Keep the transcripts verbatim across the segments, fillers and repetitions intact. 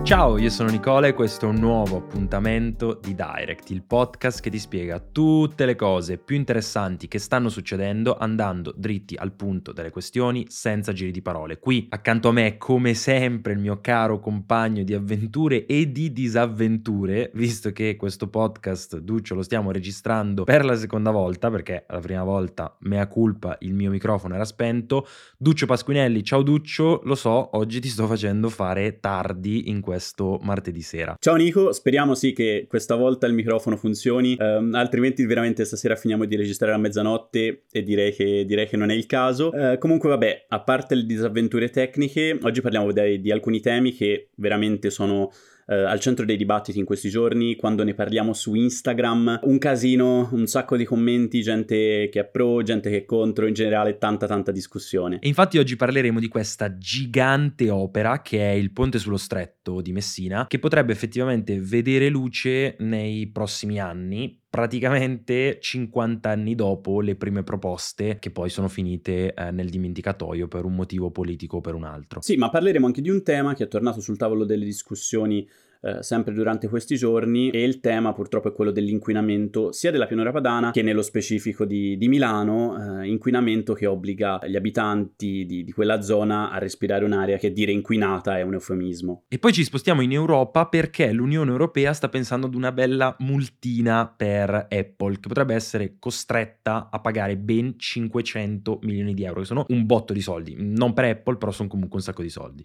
Ciao, io sono Nicola e questo è un nuovo appuntamento di Direct, il podcast che ti spiega tutte le cose più interessanti che stanno succedendo andando dritti al punto delle questioni senza giri di parole. Qui accanto a me, come sempre, il mio caro compagno di avventure e di disavventure, visto che questo podcast, Duccio, lo stiamo registrando per la seconda volta, perché la prima volta, mea culpa, il mio microfono era spento. Duccio Pasquinelli, ciao Duccio, lo so, oggi ti sto facendo fare tardi in questo martedì sera. Ciao Nico, speriamo sì che questa volta il microfono funzioni, um, altrimenti veramente stasera finiamo di registrare a mezzanotte e direi che, direi che non è il caso. Uh, comunque vabbè, a parte le disavventure tecniche, oggi parliamo di, di alcuni temi che veramente sono Uh, al centro dei dibattiti in questi giorni. Quando ne parliamo su Instagram, un casino, un sacco di commenti, gente che è pro, gente che è contro, in generale tanta tanta discussione. E infatti oggi parleremo di questa gigante opera che è il Ponte sullo Stretto di Messina, che potrebbe effettivamente vedere luce nei prossimi anni, praticamente cinquanta anni dopo le prime proposte che poi sono finite eh, nel dimenticatoio per un motivo politico o per un altro. Sì, ma parleremo anche di un tema che è tornato sul tavolo delle discussioni eh, sempre durante questi giorni, e il tema purtroppo è quello dell'inquinamento sia della pianura padana che nello specifico di, di Milano, eh, inquinamento che obbliga gli abitanti di, di quella zona a respirare un'aria che dire inquinata è un eufemismo. E poi ci spostiamo in Europa perché l'Unione Europea sta pensando ad una bella multina per Apple, che potrebbe essere costretta a pagare ben cinquecento milioni di euro, che sono un botto di soldi. Non per Apple, però sono comunque un sacco di soldi.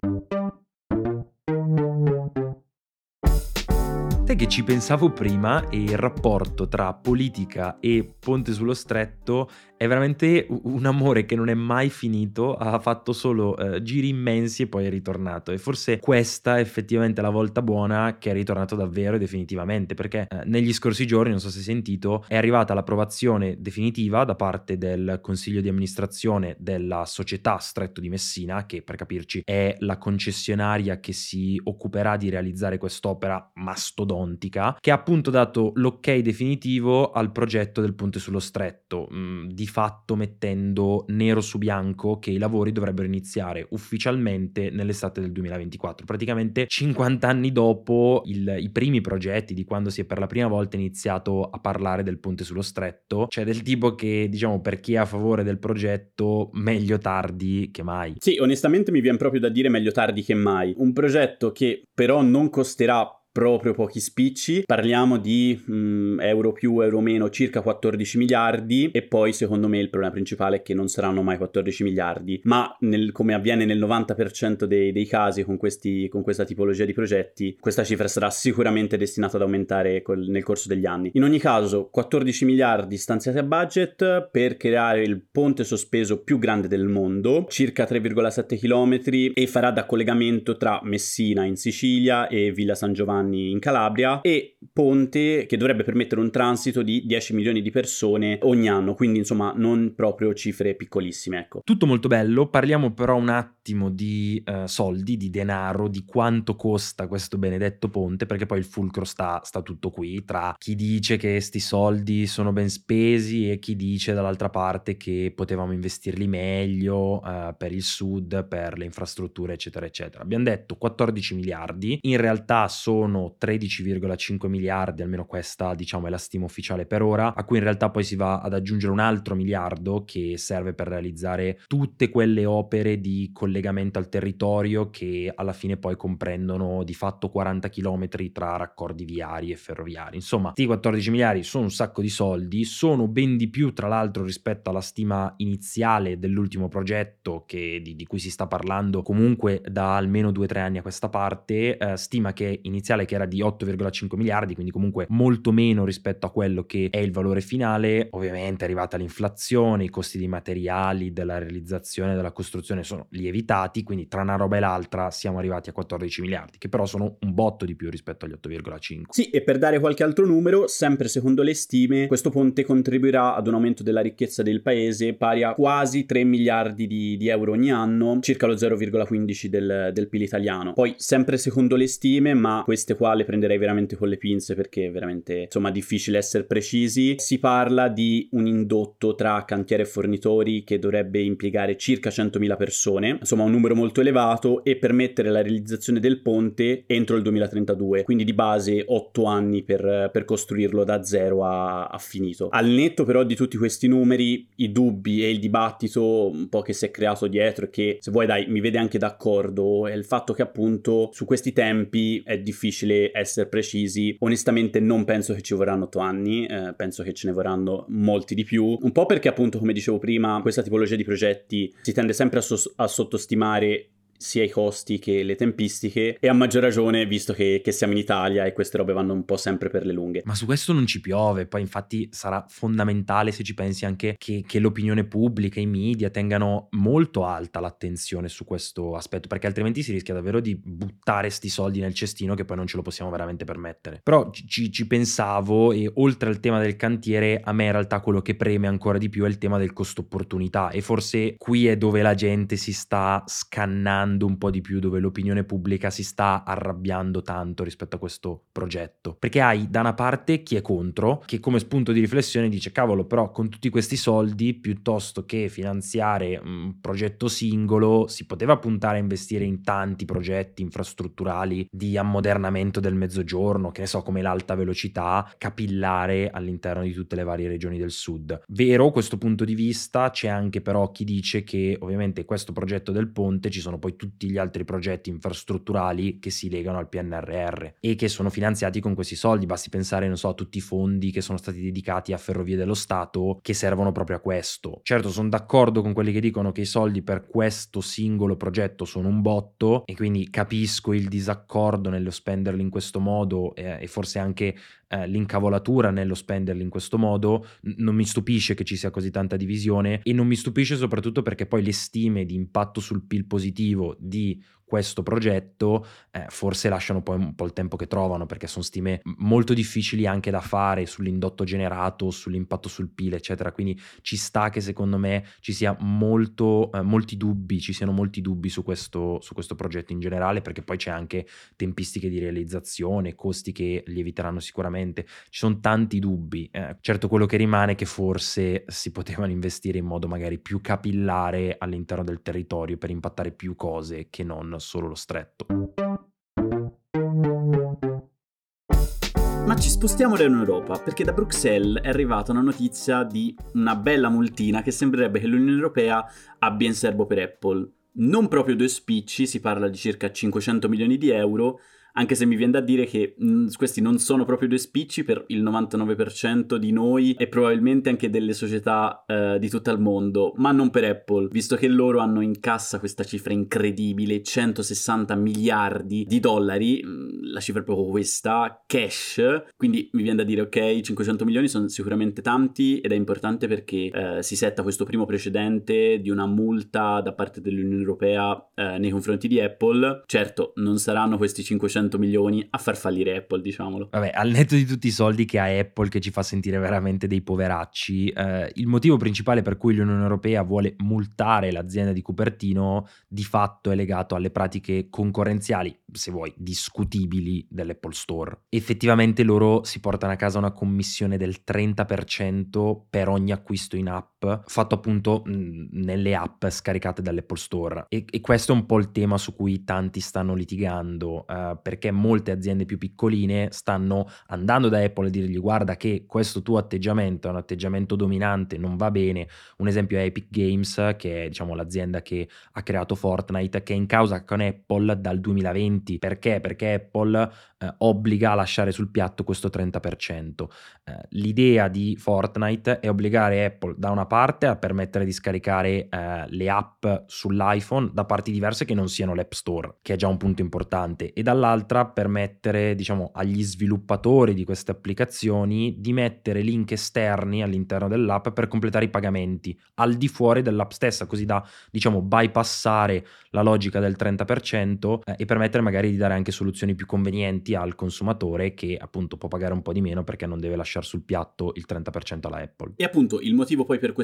Sai che ci pensavo prima e il rapporto tra politica e Ponte sullo Stretto è veramente un amore che non è mai finito, ha fatto solo eh, giri immensi e poi è ritornato, e forse questa è effettivamente la volta buona che è ritornato davvero e definitivamente, perché eh, negli scorsi giorni, non so se hai sentito, è arrivata l'approvazione definitiva da parte del consiglio di amministrazione della società Stretto di Messina, che per capirci è la concessionaria che si occuperà di realizzare quest'opera mastodontica, che ha appunto dato l'ok definitivo al progetto del Ponte sullo Stretto, mh, di fatto mettendo nero su bianco che i lavori dovrebbero iniziare ufficialmente nell'estate del duemilaventiquattro, praticamente cinquanta anni dopo il, i primi progetti, di quando si è per la prima volta iniziato a parlare del Ponte sullo Stretto, cioè del tipo che, diciamo, per chi è a favore del progetto, meglio tardi che mai. Sì, onestamente mi viene proprio da dire meglio tardi che mai. Un progetto che però non costerà proprio pochi spicci, parliamo di mh, euro più, euro meno, circa quattordici miliardi, e poi secondo me il problema principale è che non saranno mai quattordici miliardi, ma nel, come avviene nel novanta per cento dei, dei casi con, questi, con questa tipologia di progetti, questa cifra sarà sicuramente destinata ad aumentare col, nel corso degli anni. In ogni caso, quattordici miliardi stanziati a budget per creare il ponte sospeso più grande del mondo, circa tre virgola sette chilometri, e farà da collegamento tra Messina in Sicilia e Villa San Giovanni in Calabria, e ponte che dovrebbe permettere un transito di dieci milioni di persone ogni anno, quindi insomma non proprio cifre piccolissime, ecco. Tutto molto bello, parliamo però un attimo di uh, soldi, di denaro, di quanto costa questo benedetto ponte, perché poi il fulcro sta, sta tutto qui, tra chi dice che sti soldi sono ben spesi e chi dice dall'altra parte che potevamo investirli meglio uh, per il sud, per le infrastrutture eccetera eccetera. Abbiamo detto quattordici miliardi, in realtà sono tredici virgola cinque miliardi, almeno questa diciamo è la stima ufficiale per ora, a cui in realtà poi si va ad aggiungere un altro miliardo che serve per realizzare tutte quelle opere di collegamento al territorio che alla fine poi comprendono di fatto quaranta chilometri tra raccordi viari e ferroviari. Insomma, questi quattordici miliardi sono un sacco di soldi, sono ben di più tra l'altro rispetto alla stima iniziale dell'ultimo progetto che, di, di cui si sta parlando comunque da almeno due o tre anni a questa parte, eh, stima che iniziale che era di otto virgola cinque miliardi, quindi comunque molto meno rispetto a quello che è il valore finale. Ovviamente è arrivata l'inflazione, i costi di materiali, della realizzazione, della costruzione sono lievitati, quindi tra una roba e l'altra siamo arrivati a quattordici miliardi, che però sono un botto di più rispetto agli otto virgola cinque. Sì, e per dare qualche altro numero, sempre secondo le stime, questo ponte contribuirà ad un aumento della ricchezza del paese pari a quasi tre miliardi di, di euro ogni anno, circa lo zero virgola quindici del, del P I L italiano. Poi sempre secondo le stime, ma queste qua le prenderei veramente con le pinze perché è veramente insomma difficile essere precisi. Si parla di un indotto tra cantiere e fornitori che dovrebbe impiegare circa centomila persone, insomma un numero molto elevato, e permettere la realizzazione del ponte entro il duemilatrentadue, quindi di base otto anni per, per costruirlo da zero a, a finito. Al netto però di tutti questi numeri, i dubbi e il dibattito un po' che si è creato dietro, e che se vuoi dai mi vede anche d'accordo, è il fatto che appunto su questi tempi è difficile essere precisi. Onestamente non penso che ci vorranno otto anni, eh, penso che ce ne vorranno molti di più, un po' perché appunto, come dicevo prima, questa tipologia di progetti si tende sempre a, so- a sottostimare sia i costi che le tempistiche, e a maggior ragione visto che, che siamo in Italia e queste robe vanno un po' sempre per le lunghe. Ma su questo non ci piove, poi infatti sarà fondamentale, se ci pensi, anche che, che l'opinione pubblica, i media tengano molto alta l'attenzione su questo aspetto, perché altrimenti si rischia davvero di buttare sti soldi nel cestino che poi non ce lo possiamo veramente permettere. Però ci, ci pensavo, e oltre al tema del cantiere, a me in realtà quello che preme ancora di più è il tema del costo opportunità, e forse qui è dove la gente si sta scannando un po' di più, dove l'opinione pubblica si sta arrabbiando tanto rispetto a questo progetto, perché hai da una parte chi è contro, che come spunto di riflessione dice cavolo, però con tutti questi soldi, piuttosto che finanziare un progetto singolo, si poteva puntare a investire in tanti progetti infrastrutturali di ammodernamento del mezzogiorno, che ne so, come l'alta velocità capillare all'interno di tutte le varie regioni del sud. Vero questo punto di vista, c'è anche però chi dice che ovviamente questo progetto del ponte, ci sono poi tutti gli altri progetti infrastrutturali che si legano al P N R R e che sono finanziati con questi soldi. Basti pensare, non so, a tutti i fondi che sono stati dedicati a Ferrovie dello Stato, che servono proprio a questo. Certo, sono d'accordo con quelli che dicono che i soldi per questo singolo progetto sono un botto, e quindi capisco il disaccordo nello spenderli in questo modo, eh, e forse anche eh, l'incavolatura nello spenderli in questo modo. N- non mi stupisce che ci sia così tanta divisione, e non mi stupisce soprattutto perché poi le stime di impatto sul P I L positivo di questo progetto eh, forse lasciano poi un po' il tempo che trovano, perché sono stime molto difficili anche da fare sull'indotto generato, sull'impatto sul P I L, eccetera. Quindi ci sta che secondo me ci sia molto, eh, molti dubbi, ci siano molti dubbi su questo, su questo progetto in generale, perché poi c'è anche tempistiche di realizzazione, costi che lieviteranno sicuramente, ci sono tanti dubbi. Eh, certo, quello che rimane è che forse si potevano investire in modo magari più capillare all'interno del territorio per impattare più cose che non solo lo stretto. Ma ci spostiamo in Europa, perché da Bruxelles è arrivata una notizia di una bella multina che sembrerebbe che l'Unione Europea abbia in serbo per Apple. Non proprio due spicci, si parla di circa cinquecento milioni di euro, anche se mi viene da dire che mh, questi non sono proprio due spicci per il novantanove per cento di noi e probabilmente anche delle società eh, di tutto il mondo, ma non per Apple, visto che loro hanno in cassa questa cifra incredibile, centosessanta miliardi di dollari, mh, la cifra è proprio questa, cash, quindi mi viene da dire ok, cinquecento milioni sono sicuramente tanti, ed è importante perché eh, si setta questo primo precedente di una multa da parte dell'Unione Europea eh, nei confronti di Apple. Certo, non saranno questi cinquecento milioni a far fallire Apple, diciamolo. Vabbè, al netto di tutti i soldi che ha Apple, che ci fa sentire veramente dei poveracci, eh, il motivo principale per cui l'Unione Europea vuole multare l'azienda di Cupertino di fatto è legato alle pratiche concorrenziali, se vuoi, discutibili dell'Apple Store. Effettivamente loro si portano a casa una commissione del trenta per cento per ogni acquisto in app, fatto appunto mh, nelle app scaricate dall'Apple Store. E, e questo è un po' il tema su cui tanti stanno litigando, eh, perché molte aziende più piccoline stanno andando da Apple a dirgli guarda che questo tuo atteggiamento è un atteggiamento dominante, non va bene. Un esempio è Epic Games, che è diciamo l'azienda che ha creato Fortnite, che è in causa con Apple dal duemilaventi. Perché? Perché Apple eh, obbliga a lasciare sul piatto questo trenta per cento. Eh, l'idea di Fortnite è obbligare Apple da una parte a permettere di scaricare eh, le app sull'iPhone da parti diverse che non siano l'App Store, che è già un punto importante, e dall'altra permettere diciamo agli sviluppatori di queste applicazioni di mettere link esterni all'interno dell'app per completare i pagamenti al di fuori dell'app stessa, così da diciamo bypassare la logica del trenta per cento eh, e permettere magari di dare anche soluzioni più convenienti al consumatore, che appunto può pagare un po' di meno perché non deve lasciare sul piatto il trenta per cento alla Apple. E appunto il motivo poi per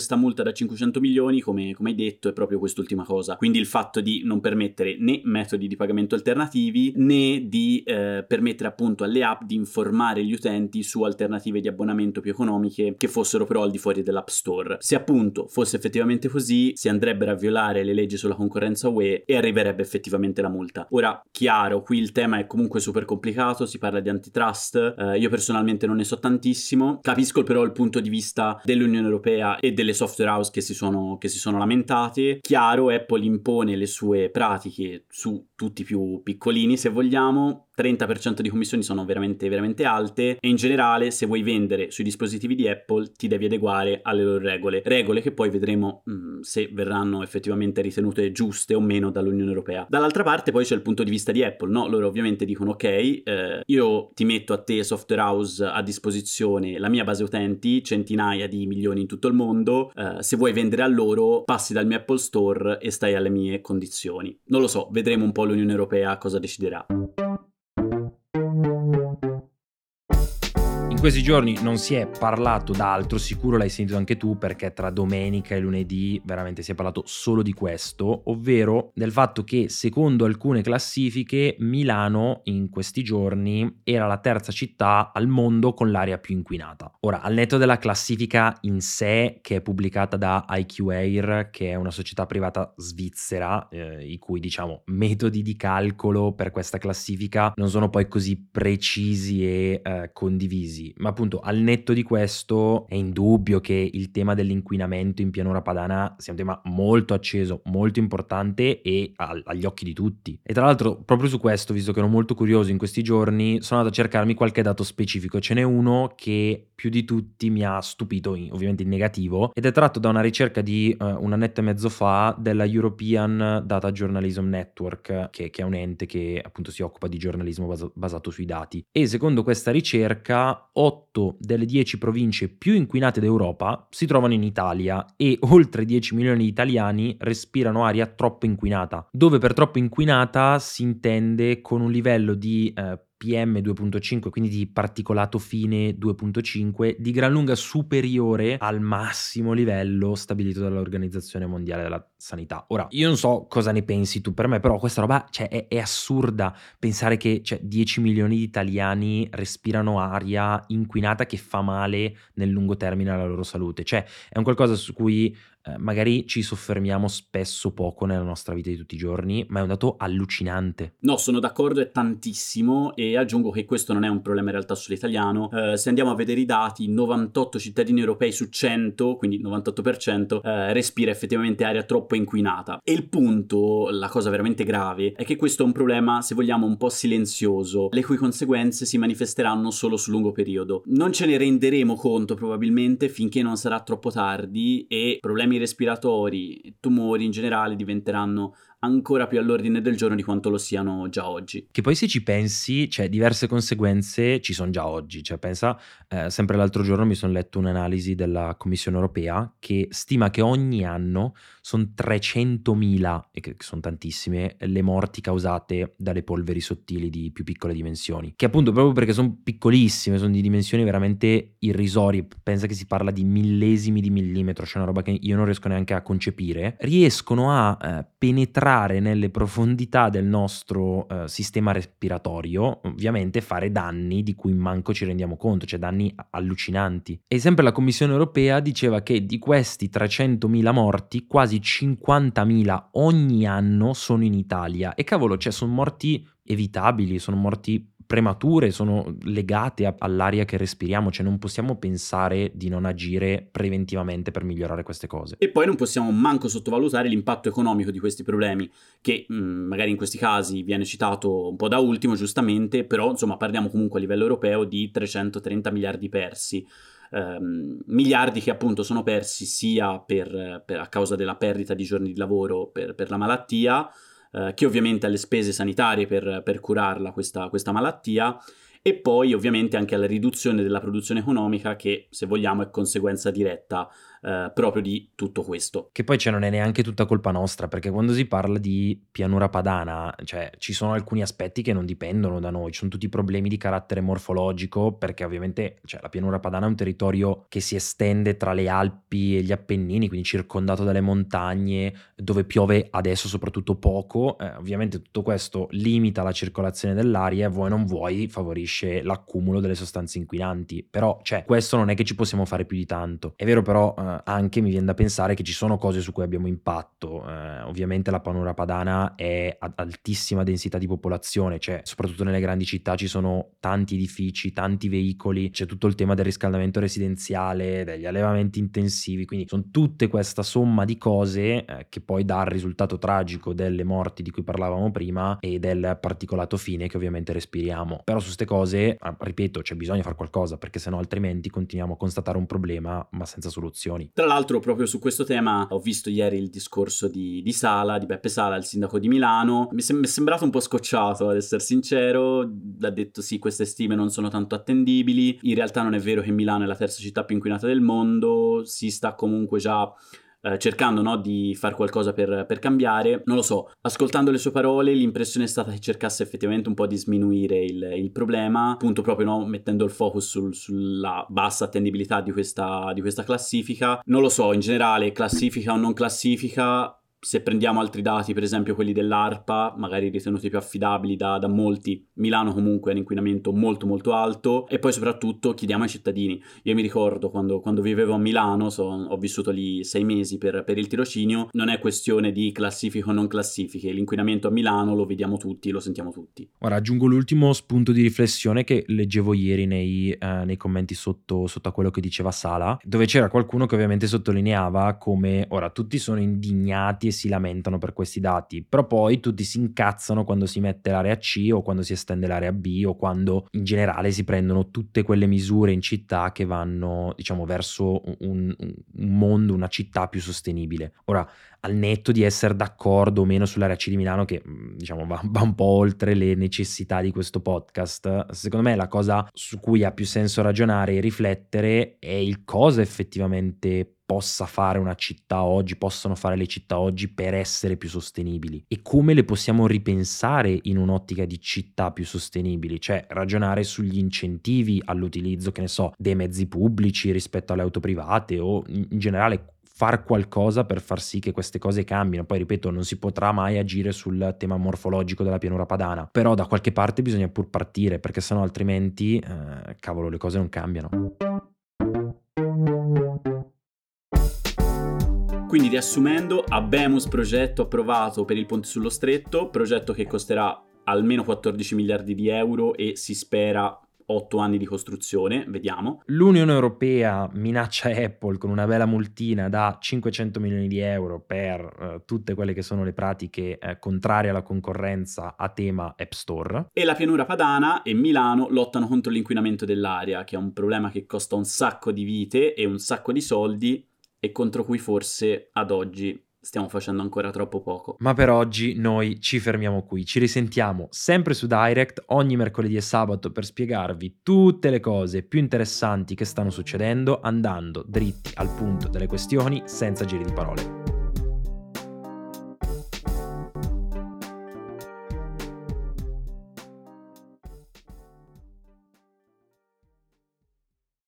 questa multa da cinquecento milioni, come, come hai detto, è proprio quest'ultima cosa. Quindi il fatto di non permettere né metodi di pagamento alternativi né di eh, permettere appunto alle app di informare gli utenti su alternative di abbonamento più economiche che fossero però al di fuori dell'App Store. Se appunto fosse effettivamente così, si andrebbero a violare le leggi sulla concorrenza U E e arriverebbe effettivamente la multa. Ora, chiaro, qui il tema è comunque super complicato, si parla di antitrust, eh, io personalmente non ne so tantissimo, capisco però il punto di vista dell'Unione Europea e delle software house che si sono, che si sono lamentate. Chiaro, Apple impone le sue pratiche su tutti più piccolini, se vogliamo, trenta per cento di commissioni sono veramente veramente alte e in generale se vuoi vendere sui dispositivi di Apple ti devi adeguare alle loro regole, regole che poi vedremo mh, se verranno effettivamente ritenute giuste o meno dall'Unione Europea. Dall'altra parte poi c'è il punto di vista di Apple, no? Loro ovviamente dicono ok, eh, io ti metto a te software house a disposizione la mia base utenti, centinaia di milioni in tutto il mondo, eh, se vuoi vendere a loro passi dal mio Apple Store e stai alle mie condizioni. Non lo so, vedremo un po' l'Unione Europea cosa deciderà. In questi giorni non si è parlato d'altro, sicuro l'hai sentito anche tu, perché tra domenica e lunedì veramente si è parlato solo di questo, ovvero del fatto che secondo alcune classifiche Milano in questi giorni era la terza città al mondo con l'aria più inquinata. Ora, al netto della classifica in sé, che è pubblicata da I Q Air, che è una società privata svizzera, eh, i cui diciamo metodi di calcolo per questa classifica non sono poi così precisi e eh, condivisi. Ma appunto al netto di questo è indubbio che il tema dell'inquinamento in pianura padana sia un tema molto acceso, molto importante e a- agli occhi di tutti. E tra l'altro proprio su questo, visto che ero molto curioso in questi giorni, sono andato a cercarmi qualche dato specifico. Ce n'è uno che più di tutti mi ha stupito, in- ovviamente in negativo, ed è tratto da una ricerca di uh, un annetto e mezzo fa della European Data Journalism Network, che, che è un ente che appunto si occupa di giornalismo bas- basato sui dati. E secondo questa ricerca otto delle dieci province più inquinate d'Europa si trovano in Italia e oltre dieci milioni di italiani respirano aria troppo inquinata, dove per troppo inquinata si intende con un livello di eh, P M due virgola cinque, quindi di particolato fine due virgola cinque, di gran lunga superiore al massimo livello stabilito dall'Organizzazione Mondiale della Sanità. Ora, io non so cosa ne pensi tu, per me però questa roba cioè, è, è assurda pensare che cioè, dieci milioni di italiani respirano aria inquinata che fa male nel lungo termine alla loro salute. Cioè, è un qualcosa su cui eh, magari ci soffermiamo spesso poco nella nostra vita di tutti i giorni, ma è un dato allucinante. No, sono d'accordo, è tantissimo e aggiungo che questo non è un problema in realtà solo italiano. Eh, se andiamo a vedere i dati, novantotto cittadini europei su cento, quindi novantotto per cento, eh, respira effettivamente aria troppo inquinata. E il punto, la cosa veramente grave, è che questo è un problema, se vogliamo, un po' silenzioso, le cui conseguenze si manifesteranno solo sul lungo periodo. Non ce ne renderemo conto probabilmente finché non sarà troppo tardi e problemi respiratori, tumori in generale diventeranno ancora più all'ordine del giorno di quanto lo siano già oggi. Che poi se ci pensi, cioè diverse conseguenze ci sono già oggi, cioè pensa, eh, sempre l'altro giorno mi sono letto un'analisi della Commissione Europea che stima che ogni anno sono trecentomila, e che sono tantissime, le morti causate dalle polveri sottili di più piccole dimensioni, che appunto proprio perché sono piccolissime, sono di dimensioni veramente irrisorie, pensa che si parla di millesimi di millimetro, cioè una roba che io non riesco neanche a concepire, riescono a eh, penetrare nelle profondità del nostro eh, sistema respiratorio, ovviamente fare danni di cui manco ci rendiamo conto, cioè danni allucinanti. E sempre la Commissione Europea diceva che di questi trecentomila morti, quasi cinquantamila ogni anno sono in Italia. E cavolo, cioè sono morti evitabili, sono morti premature, sono legate a, all'aria che respiriamo, cioè non possiamo pensare di non agire preventivamente per migliorare queste cose. E poi non possiamo manco sottovalutare l'impatto economico di questi problemi, che mh, magari in questi casi viene citato un po' da ultimo, giustamente, però insomma parliamo comunque a livello europeo di trecentotrenta miliardi persi. Um, miliardi che appunto sono persi sia per, per, a causa della perdita di giorni di lavoro per, per la malattia, Uh, che ovviamente alle spese sanitarie per, per curarla questa, questa malattia, e poi ovviamente anche alla riduzione della produzione economica che, se vogliamo, è conseguenza diretta eh, proprio di tutto questo. Che poi cioè non è neanche tutta colpa nostra, perché quando si parla di pianura padana, cioè ci sono alcuni aspetti che non dipendono da noi, ci sono tutti problemi di carattere morfologico, perché ovviamente cioè, la pianura padana è un territorio che si estende tra le Alpi e gli Appennini, quindi circondato dalle montagne, dove piove adesso soprattutto poco, eh, ovviamente tutto questo limita la circolazione dell'aria e vuoi non vuoi favorisce l'accumulo delle sostanze inquinanti, però cioè questo non è che ci possiamo fare più di tanto. È vero però eh, anche mi viene da pensare che ci sono cose su cui abbiamo impatto, eh, ovviamente la pianura padana è ad altissima densità di popolazione, cioè soprattutto nelle grandi città ci sono tanti edifici, tanti veicoli, c'è tutto il tema del riscaldamento residenziale, degli allevamenti intensivi, quindi sono tutte questa somma di cose eh, che poi dà il risultato tragico delle morti di cui parlavamo prima e del particolato fine che ovviamente respiriamo. Però su queste cose, ah, ripeto, c'è bisogno di fare qualcosa, perché sennò altrimenti continuiamo a constatare un problema ma senza soluzioni. Tra l'altro proprio su questo tema ho visto ieri il discorso di, di Sala, di Beppe Sala, il sindaco di Milano. Mi, sem- mi è sembrato un po' scocciato, ad essere sincero. Ha detto sì, queste stime non sono tanto attendibili, in realtà non è vero che Milano è la terza città più inquinata del mondo, si sta comunque già Eh, cercando, no, di fare qualcosa per, per cambiare. Non lo so, ascoltando le sue parole l'impressione è stata che cercasse effettivamente un po' di sminuire il, il problema, appunto proprio, no, mettendo il focus sul, sulla bassa attendibilità di questa, di questa classifica. Non lo so, in generale, classifica o non classifica, se prendiamo altri dati, per esempio quelli dell'ARPA, magari ritenuti più affidabili da, da molti, Milano comunque ha un inquinamento molto molto alto. E poi soprattutto chiediamo ai cittadini. Io mi ricordo quando, quando vivevo a Milano, so, ho vissuto lì sei mesi per, per il tirocinio, non è questione di classifiche o non classifiche, l'inquinamento a Milano lo vediamo tutti, lo sentiamo tutti. Ora aggiungo l'ultimo spunto di riflessione che leggevo ieri nei, eh, nei commenti sotto, sotto a quello che diceva Sala, dove c'era qualcuno che ovviamente sottolineava come ora tutti sono indignati si lamentano per questi dati, però poi tutti si incazzano quando si mette l'area C o quando si estende l'area B o quando in generale si prendono tutte quelle misure in città che vanno, diciamo, verso un, un mondo, una città più sostenibile. Ora, al netto di essere d'accordo o meno sull'area C di Milano, che diciamo va, va un po' oltre le necessità di questo podcast, secondo me la cosa su cui ha più senso ragionare e riflettere è il cosa effettivamente possa fare una città oggi, possono fare le città oggi per essere più sostenibili e come le possiamo ripensare in un'ottica di città più sostenibili, cioè ragionare sugli incentivi all'utilizzo, che ne so, dei mezzi pubblici rispetto alle auto private o in, in generale far qualcosa per far sì che queste cose cambino. Poi ripeto, non si potrà mai agire sul tema morfologico della pianura padana, però da qualche parte bisogna pur partire, perché sennò altrimenti eh, cavolo, le cose non cambiano. Quindi riassumendo, Habemus progetto approvato per il ponte sullo stretto, progetto che costerà almeno quattordici miliardi di euro e si spera otto anni di costruzione, vediamo. L'Unione Europea minaccia Apple con una bella multina da cinquecento milioni di euro per eh, tutte quelle che sono le pratiche eh, contrarie alla concorrenza a tema App Store. E la pianura padana e Milano lottano contro l'inquinamento dell'aria, che è un problema che costa un sacco di vite e un sacco di soldi e contro cui forse ad oggi stiamo facendo ancora troppo poco. Ma per oggi noi ci fermiamo qui, ci risentiamo sempre su Direct ogni mercoledì e sabato per spiegarvi tutte le cose più interessanti che stanno succedendo andando dritti al punto delle questioni senza giri di parole.